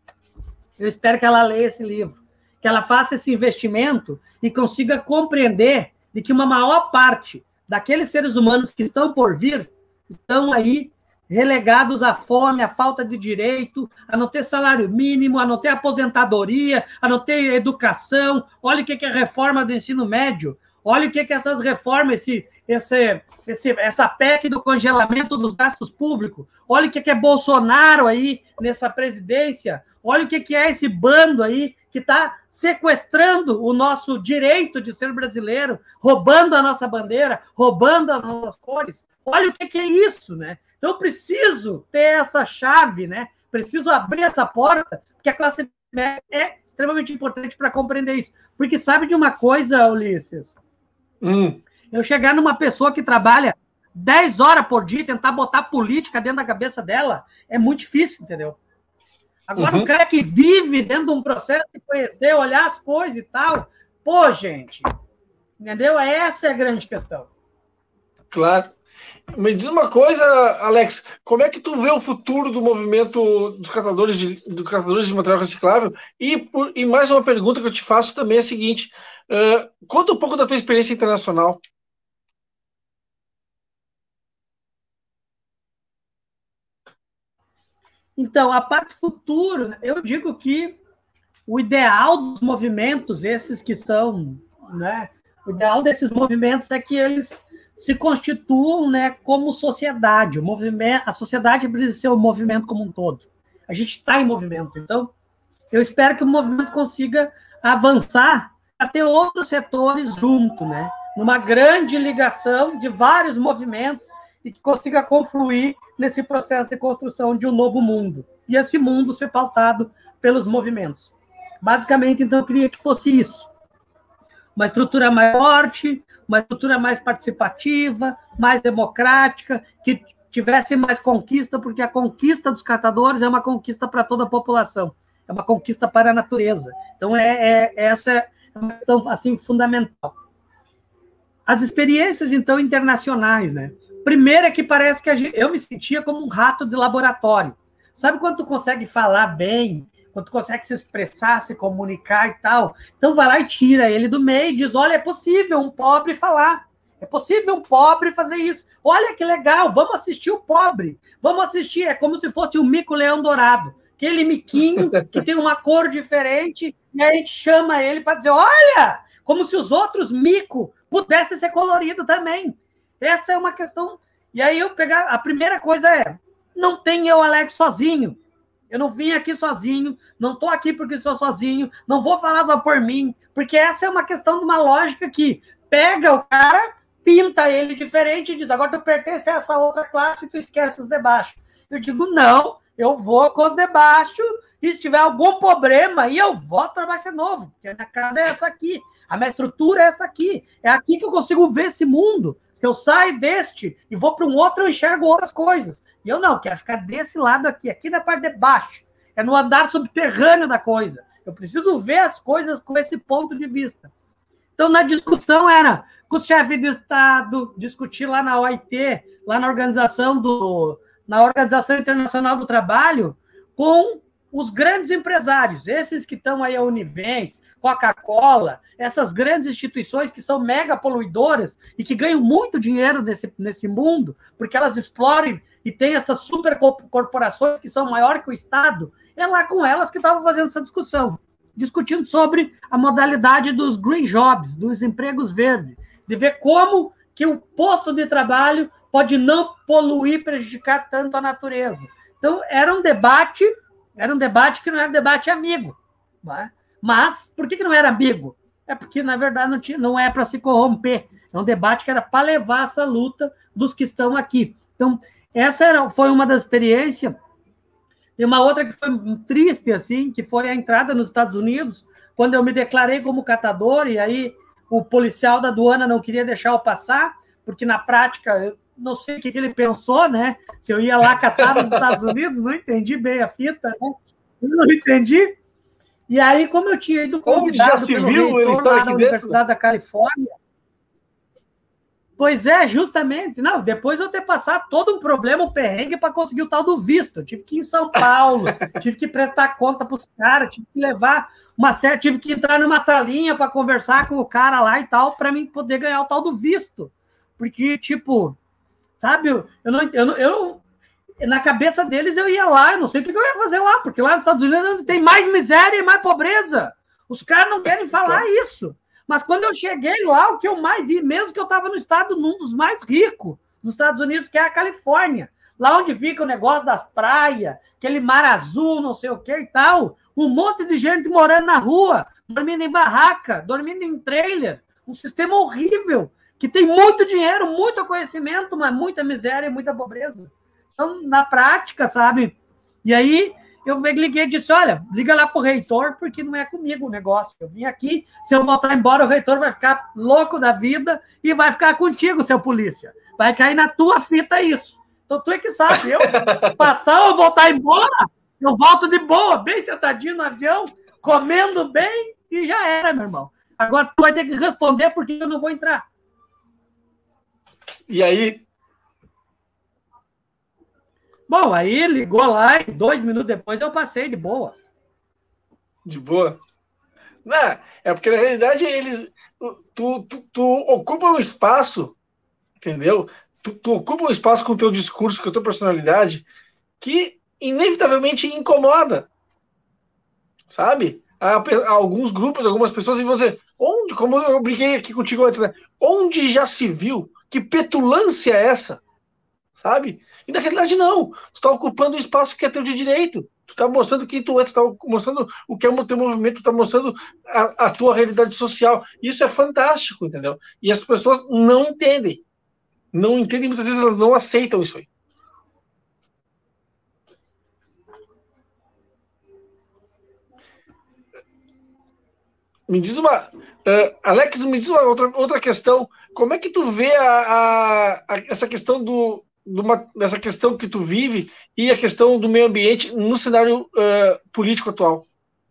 Eu espero que ela leia esse livro, que ela faça esse investimento e consiga compreender de que uma maior parte daqueles seres humanos que estão por vir, estão aí relegados à fome, à falta de direito, a não ter salário mínimo, a não ter aposentadoria, a não ter educação. Olha o que é a reforma do ensino médio, olha o que é essas reformas, esse, esse, esse, essa P E C do congelamento dos gastos públicos, olha o que é Bolsonaro aí nessa presidência, olha o que é esse bando aí que está sequestrando o nosso direito de ser brasileiro, roubando a nossa bandeira, roubando as nossas cores. Olha o que é isso, né? Então, eu preciso ter essa chave, né? Preciso abrir essa porta, porque a classe média é extremamente importante para compreender isso. Porque sabe de uma coisa, Ulisses? Hum. Eu chegar numa pessoa que trabalha dez horas por dia, tentar botar política dentro da cabeça dela, é muito difícil, entendeu? Agora, uhum. um cara que vive dentro de um processo de conhecer, olhar as coisas e tal, pô, gente, entendeu? Essa é a grande questão. Claro. Me diz uma coisa, Alex, como é que tu vê o futuro do movimento dos catadores de, dos catadores de material reciclável? E, por, e mais uma pergunta que eu te faço também é a seguinte, uh, conta um pouco da tua experiência internacional. Então, a parte futura, eu digo que o ideal dos movimentos, esses que são, né, o ideal desses movimentos é que eles se constituam, né, como sociedade. O movimento, a sociedade precisa ser o movimento como um todo. A gente está em movimento. Então, eu espero que o movimento consiga avançar a ter outros setores junto, né, numa grande ligação de vários movimentos e que consiga confluir nesse processo de construção de um novo mundo. E esse mundo ser pautado pelos movimentos. Basicamente, então, eu queria que fosse isso. Uma estrutura mais forte, uma estrutura mais participativa, mais democrática, que tivesse mais conquista, porque a conquista dos catadores é uma conquista para toda a população, é uma conquista para a natureza. Então, é, é, essa é uma questão assim, fundamental. As experiências, então, internacionais, né? Primeiro é que parece que a gente, eu me sentia como um rato de laboratório. Sabe quando tu consegue falar bem, quando tu consegue se expressar, se comunicar e tal? Então vai lá e tira ele do meio e diz, olha, é possível um pobre falar. É possível um pobre fazer isso. Olha que legal, vamos assistir o pobre. Vamos assistir, é como se fosse um mico-leão dourado. Aquele miquinho que tem uma cor diferente e a gente chama ele para dizer, olha, como se os outros mico pudessem ser coloridos também. Essa é uma questão. E aí eu pegar. A primeira coisa é: não tem eu, Alex, sozinho. Eu não vim aqui sozinho, não estou aqui porque sou sozinho, não vou falar só por mim, porque essa é uma questão de uma lógica que pega o cara, pinta ele diferente e diz: agora tu pertence a essa outra classe e tu esquece os de baixo. Eu digo: não, eu vou com os de baixo e se tiver algum problema, aí eu volto para baixo de novo, porque a minha casa é essa aqui. A minha estrutura é essa aqui. É aqui que eu consigo ver esse mundo. Se eu saio deste e vou para um outro, eu enxergo outras coisas. E eu não, quero ficar desse lado aqui, aqui na parte de baixo. É no andar subterrâneo da coisa. Eu preciso ver as coisas com esse ponto de vista. Então, na discussão era com o chefe de Estado, discutir lá na O I T, lá na organização, do, na Organização Internacional do Trabalho, com os grandes empresários, esses que estão aí, a Univens, Coca-Cola, essas grandes instituições que são mega poluidoras e que ganham muito dinheiro nesse, nesse mundo, porque elas exploram e tem essas super corporações que são maiores que o Estado, é lá com elas que estavam fazendo essa discussão, discutindo sobre a modalidade dos green jobs, dos empregos verdes, de ver como que o posto de trabalho pode não poluir, prejudicar tanto a natureza. Então, era um debate, era um debate que não era um debate amigo, não é? Mas, por que, que não era amigo? É porque, na verdade, não, tinha, não é para se corromper. É um debate que era para levar essa luta dos que estão aqui. Então, essa era, foi uma das experiências. E uma outra que foi triste, assim, que foi a entrada nos Estados Unidos, quando eu me declarei como catador, e aí o policial da aduana não queria deixar eu passar, porque, na prática, eu não sei o que, que ele pensou, né? Se eu ia lá catar nos Estados Unidos, não entendi bem a fita, né? Eu não entendi. E aí, como eu tinha ido convidado pelo reitor lá da Universidade da Califórnia, pois é, justamente, não, depois eu ter passado todo um problema, um perrengue para conseguir o tal do visto, eu tive que ir em São Paulo, tive que prestar conta para os caras, tive que levar uma série, tive que entrar numa salinha para conversar com o cara lá e tal, para mim poder ganhar o tal do visto, Porque, tipo, sabe, eu, eu, não, eu, não, eu na cabeça deles eu ia lá, eu não sei o que eu ia fazer lá, porque lá nos Estados Unidos tem mais miséria e mais pobreza. Os caras não querem falar isso. Mas quando eu cheguei lá, o que eu mais vi, mesmo que eu estava no estado, num dos mais ricos dos Estados Unidos, que é a Califórnia, lá onde fica o negócio das praias, aquele mar azul, não sei o que e tal, um monte de gente morando na rua, dormindo em barraca, dormindo em trailer, um sistema horrível, que tem muito dinheiro, muito conhecimento, mas muita miséria e muita pobreza. Então, na prática, sabe? E aí, eu me liguei e disse, olha, liga lá pro reitor, porque não é comigo o negócio. Eu vim aqui, se eu voltar embora, o reitor vai ficar louco da vida e vai ficar contigo, seu polícia. Vai cair na tua fita isso. Então, tu é que sabe. Eu passar ou voltar embora, eu volto de boa, bem sentadinho no avião, comendo bem e já era, meu irmão. Agora, tu vai ter que responder porque eu não vou entrar. E aí... Bom, aí ligou lá e dois minutos depois eu passei de boa. De boa? Não, é porque, na realidade, eles... Tu, tu, tu ocupa um espaço, entendeu? Tu, tu ocupa um espaço com o teu discurso, com a tua personalidade, que inevitavelmente incomoda. Sabe? Há, há alguns grupos, algumas pessoas vão dizer, onde, como eu briguei aqui contigo antes, né? Onde já se viu? Que petulância é essa? Sabe? E na realidade não. Tu está ocupando o espaço que é teu de direito. Tu está mostrando quem tu é, tu está mostrando o que é o teu movimento, tu está mostrando a, a tua realidade social. Isso é fantástico, entendeu? E as pessoas não entendem. Não entendem, muitas vezes elas não aceitam isso aí. Me diz uma... Uh, Alex, me diz uma outra, outra questão. Como é que tu vê a, a, a, essa questão do... Uma, essa questão que tu vive e a questão do meio ambiente no cenário uh, político atual?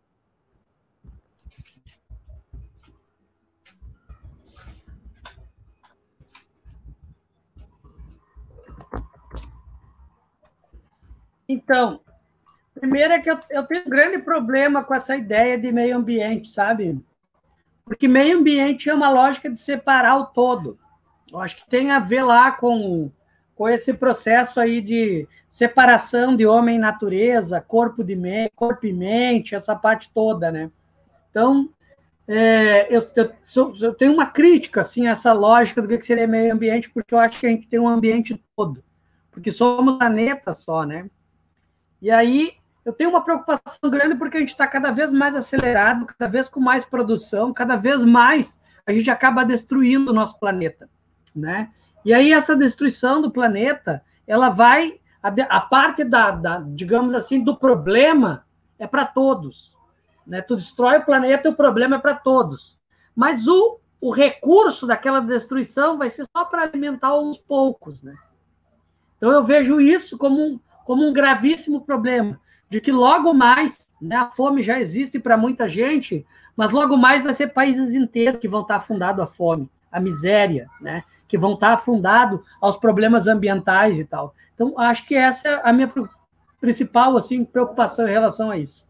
Então, primeiro é que eu, eu tenho um grande problema com essa ideia de meio ambiente, sabe? Porque meio ambiente é uma lógica de separar o todo. Eu acho que tem a ver lá com, com esse processo aí de separação de homem e natureza, corpo, de me, corpo e mente, essa parte toda, né? Então, é, eu, eu, eu tenho uma crítica assim, a essa lógica do que seria meio ambiente, porque eu acho que a gente tem um ambiente todo, porque somos um planeta só, né? E aí eu tenho uma preocupação grande porque a gente está cada vez mais acelerado, cada vez com mais produção, cada vez mais a gente acaba destruindo o nosso planeta, né? E aí essa destruição do planeta, ela vai... A, a parte, da, da, digamos assim, do problema é para todos, né? Tu destrói o planeta e o problema é para todos. Mas o, o recurso daquela destruição vai ser só para alimentar uns poucos, né? Então eu vejo isso como um, como um gravíssimo problema, de que logo mais, né, a fome já existe para muita gente, mas logo mais vai ser países inteiros que vão estar afundados à fome, à miséria, né, que vão estar afundados aos problemas ambientais e tal. Então, acho que essa é a minha principal assim, preocupação em relação a isso.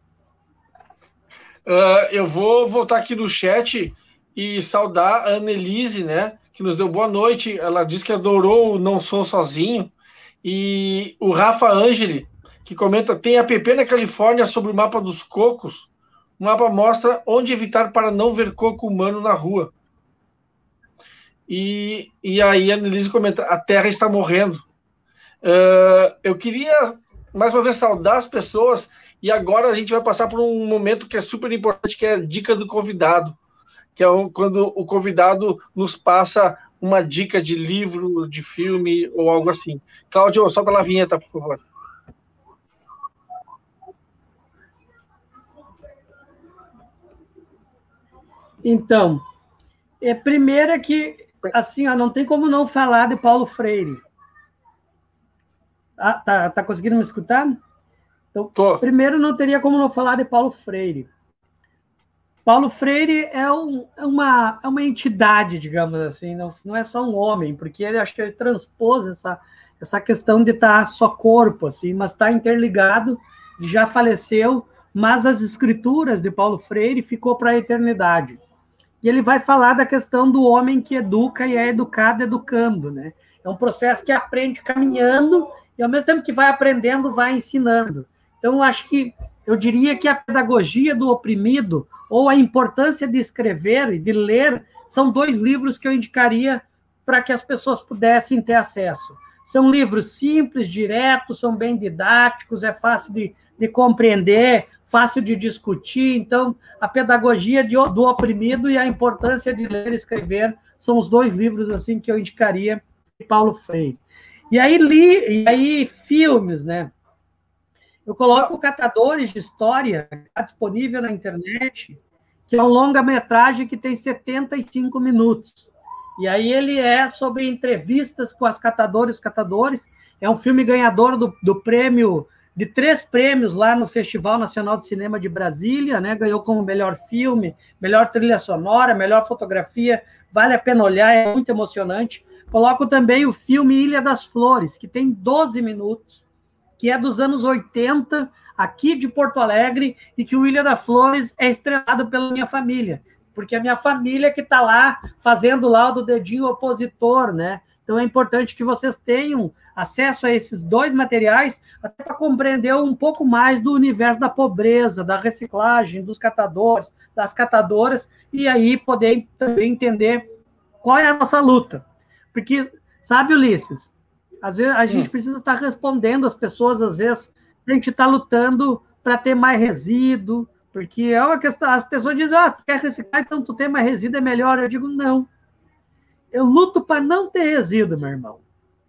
Uh, eu vou voltar aqui no chat e saudar a Annelise, né, que nos deu boa noite. Ela disse que adorou o Não Sou Sozinho. E o Rafa Angeli, que comenta, tem app na Califórnia sobre o mapa dos cocos. O mapa mostra onde evitar para não ver coco humano na rua. E, e aí a Annelise comenta, a Terra está morrendo. Uh, eu queria, mais uma vez, saudar as pessoas, e agora a gente vai passar por um momento que é super importante, que é a dica do convidado, que é quando o convidado nos passa uma dica de livro, de filme ou algo assim. Cláudio, solta lá a vinheta, por favor. Então, é, primeiro é que, assim, ó, não tem como não falar de Paulo Freire. Ah, tá, tá conseguindo me escutar? Então, Tô. Primeiro, não teria como não falar de Paulo Freire. Paulo Freire é, um, é, uma, é uma entidade, digamos assim, não, não é só um homem, porque ele acho que ele transpôs essa, essa questão de estar só corpo, assim, mas está interligado, já faleceu, mas as escrituras de Paulo Freire ficou para a eternidade. e ele vai falar da questão do homem que educa e é educado educando, né? É um processo que aprende caminhando e, ao mesmo tempo que vai aprendendo, vai ensinando. Então, eu acho que, eu diria que a pedagogia do oprimido, ou a importância de escrever e de ler, são dois livros que eu indicaria para que as pessoas pudessem ter acesso. São livros simples, diretos, são bem didáticos, é fácil de, de compreender, fácil de discutir. Então, a pedagogia de, do oprimido e a importância de ler e escrever são os dois livros assim que eu indicaria de Paulo Freire. E aí, li, e aí filmes, né? Eu coloco Catadores de História, que está disponível na internet, que é um longa-metragem que tem setenta e cinco minutos. E aí ele é sobre entrevistas com as catadoras e catadores. É um filme ganhador do, do prêmio, de três prêmios lá no Festival Nacional de Cinema de Brasília, né? Ganhou como melhor filme, melhor trilha sonora, melhor fotografia. Vale a pena olhar, é muito emocionante. Coloco também o filme Ilha das Flores, que tem doze minutos, que é dos anos oitenta, aqui de Porto Alegre, e que o Ilha das Flores é estrelado pela minha família, porque a minha família que está lá fazendo lá o do dedinho opositor, né? Então é importante que vocês tenham acesso a esses dois materiais, até para compreender um pouco mais do universo da pobreza, da reciclagem, dos catadores, das catadoras, e aí poder também entender qual é a nossa luta. Porque, sabe, Ulisses, às vezes a gente precisa estar respondendo às pessoas, às vezes a gente está lutando para ter mais resíduo, porque é uma questão, as pessoas dizem, ah, tu quer reciclar, então tu tem mais resíduo, é melhor. Eu digo, não. Eu luto para não ter resíduo, meu irmão.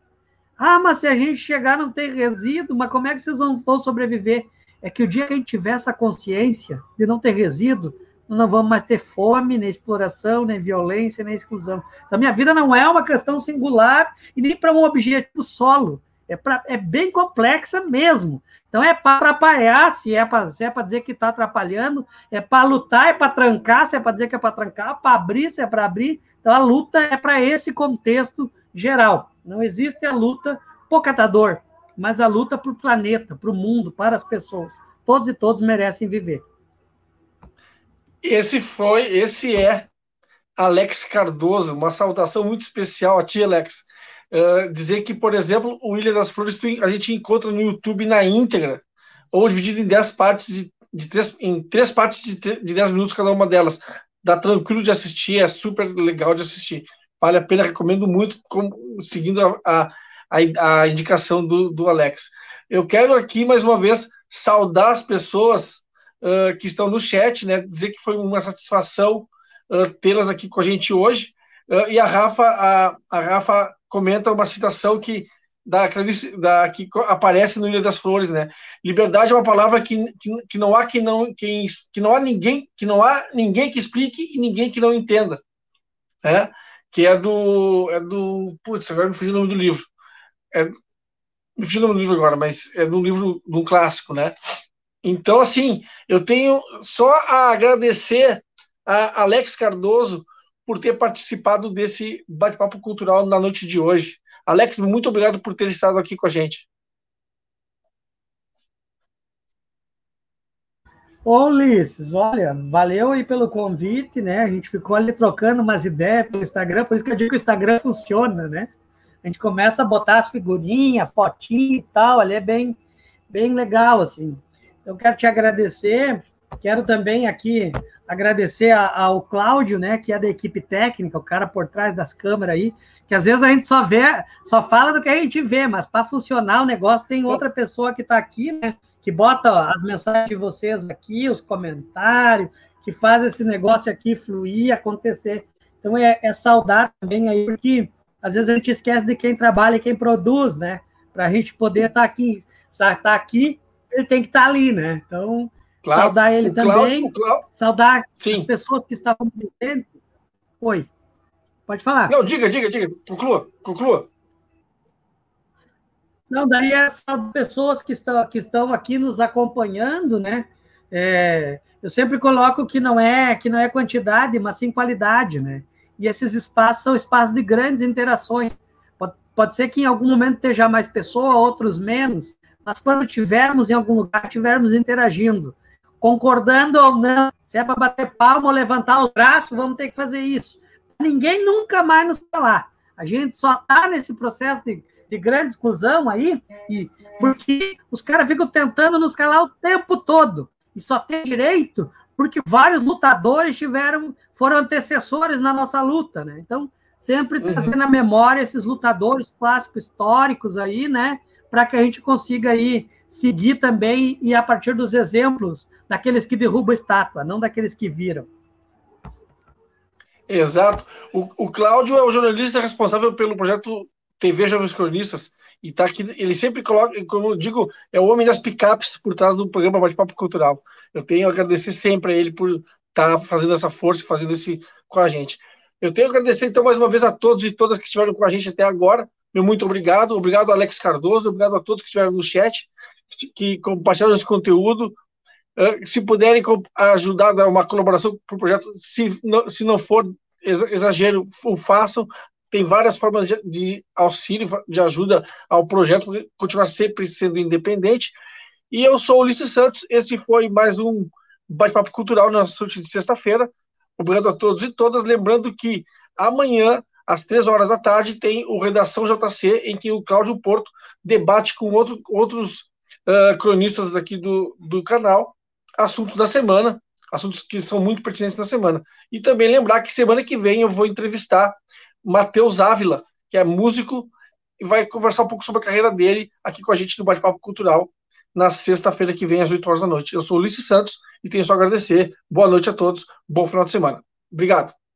Ah, mas se a gente chegar a não ter resíduo, mas como é que vocês vão, vão sobreviver? É que o dia que a gente tiver essa consciência de não ter resíduo, nós não vamos mais ter fome, nem exploração, nem violência, nem exclusão. Então, a minha vida não é uma questão singular e nem para um objetivo solo. É, pra, é bem complexa mesmo. Então, é para atrapalhar, se é para se é para dizer que está atrapalhando, é para lutar, é para trancar, se é para dizer que é para trancar, para abrir, se é para abrir. Então, a luta é para esse contexto geral. Não existe a luta por catador, mas a luta para o planeta, para o mundo, para as pessoas. Todos e todos merecem viver. Esse foi, esse é Alex Cardoso, uma saudação muito especial a ti, Alex. Uh, dizer que, por exemplo, o Ilha das Flores a gente encontra no YouTube na íntegra, ou dividido em dez partes, de, de três, em três partes de, de dez minutos cada uma delas. Dá tranquilo de assistir, é super legal de assistir. Vale a pena, recomendo muito, como, seguindo a, a, a indicação do, do Alex. Eu quero aqui, mais uma vez, saudar as pessoas uh, que estão no chat, né? Dizer que foi uma satisfação uh, tê-las aqui com a gente hoje. Uh, e a Rafa, a, a Rafa comenta uma citação que, da, da, que aparece no Ilha das Flores, né? Liberdade é uma palavra que, que, que não há que não, que, que não há ninguém que não há ninguém que explique e ninguém que não entenda, né? Que é do é do putz, agora me fugiu o nome do livro. É, me fugiu o nome do livro agora, mas é de um livro de um clássico, né? Então, assim, eu tenho só a agradecer a Alex Cardoso por ter participado desse bate-papo cultural na noite de hoje. Alex, muito obrigado por ter estado aqui com a gente. Ô, Ulisses, olha, valeu aí pelo convite, né? A gente ficou ali trocando umas ideias pelo Instagram, por isso que eu digo que o Instagram funciona, né? A gente começa a botar as figurinhas, fotinhas e tal, ali é bem, bem legal, assim. Eu quero te agradecer, quero também aqui agradecer ao Cláudio, né, que é da equipe técnica, o cara por trás das câmeras aí, que às vezes a gente só vê, só fala do que a gente vê, mas para funcionar o negócio tem outra pessoa que está aqui, né, que bota as mensagens de vocês aqui, os comentários, que faz esse negócio aqui fluir, acontecer. Então é, é saudar também aí, porque às vezes a gente esquece de quem trabalha e quem produz, né, para a gente poder estar tá aqui, estar tá aqui, ele tem que estar tá ali, né, então... Claro, saudar ele também, Cláudio, saudar sim. As pessoas que estavam presentes. Oi, pode falar. Não, diga, diga, diga, conclua, conclua. Não, daí essas pessoas que estão, que estão aqui nos acompanhando, né? É, eu sempre coloco que não é que não é quantidade, mas sim qualidade, né? E esses espaços são espaços de grandes interações. Pode, pode ser que em algum momento esteja mais pessoa, outros menos, mas quando tivermos em algum lugar, estivermos interagindo, concordando ou não, Se é para bater palma ou levantar os braços, vamos ter que fazer isso. Ninguém nunca mais nos falar. A gente só está nesse processo de, de grande exclusão aí, e, porque os caras ficam tentando nos calar o tempo todo. E só tem direito porque vários lutadores tiveram, foram antecessores na nossa luta, né? Então, sempre uhum. trazendo na memória esses lutadores clássicos históricos aí, né? Para que a gente consiga aí seguir também e a partir dos exemplos daqueles que derrubam a estátua, não daqueles que viram. Exato. O, o Cláudio é o jornalista responsável pelo projeto T V Jovens Cronistas, e tá aqui, ele sempre coloca, como eu digo, é o homem das picapes por trás do programa Bate-Papo Cultural. Eu tenho a agradecer sempre a ele por estar tá fazendo essa força e fazendo esse com a gente. Eu tenho a agradecer, então, mais uma vez a todos e todas que estiveram com a gente até agora. Meu muito obrigado. Obrigado, Alex Cardoso. Obrigado a todos que estiveram no chat, que, que compartilharam esse conteúdo. Se puderem ajudar a dar uma colaboração para o projeto, se não, se não for exagero, o façam. Tem várias formas de, de auxílio, de ajuda ao projeto, continuar sempre sendo independente. E eu sou o Ulisses Santos. Esse foi mais um Bate-Papo Cultural na noite de sexta-feira. Obrigado a todos e todas. Lembrando que amanhã, às três horas da tarde, tem o Redação J C, em que o Cláudio Porto debate com outro, outros uh, cronistas daqui do, do canal assuntos da semana, assuntos que são muito pertinentes na semana. E também lembrar que semana que vem eu vou entrevistar Matheus Ávila, que é músico, e vai conversar um pouco sobre a carreira dele aqui com a gente no Bate-Papo Cultural, na sexta-feira que vem, às oito horas da noite. Eu sou o Ulisses Santos e tenho só a agradecer. Boa noite a todos, bom final de semana. Obrigado.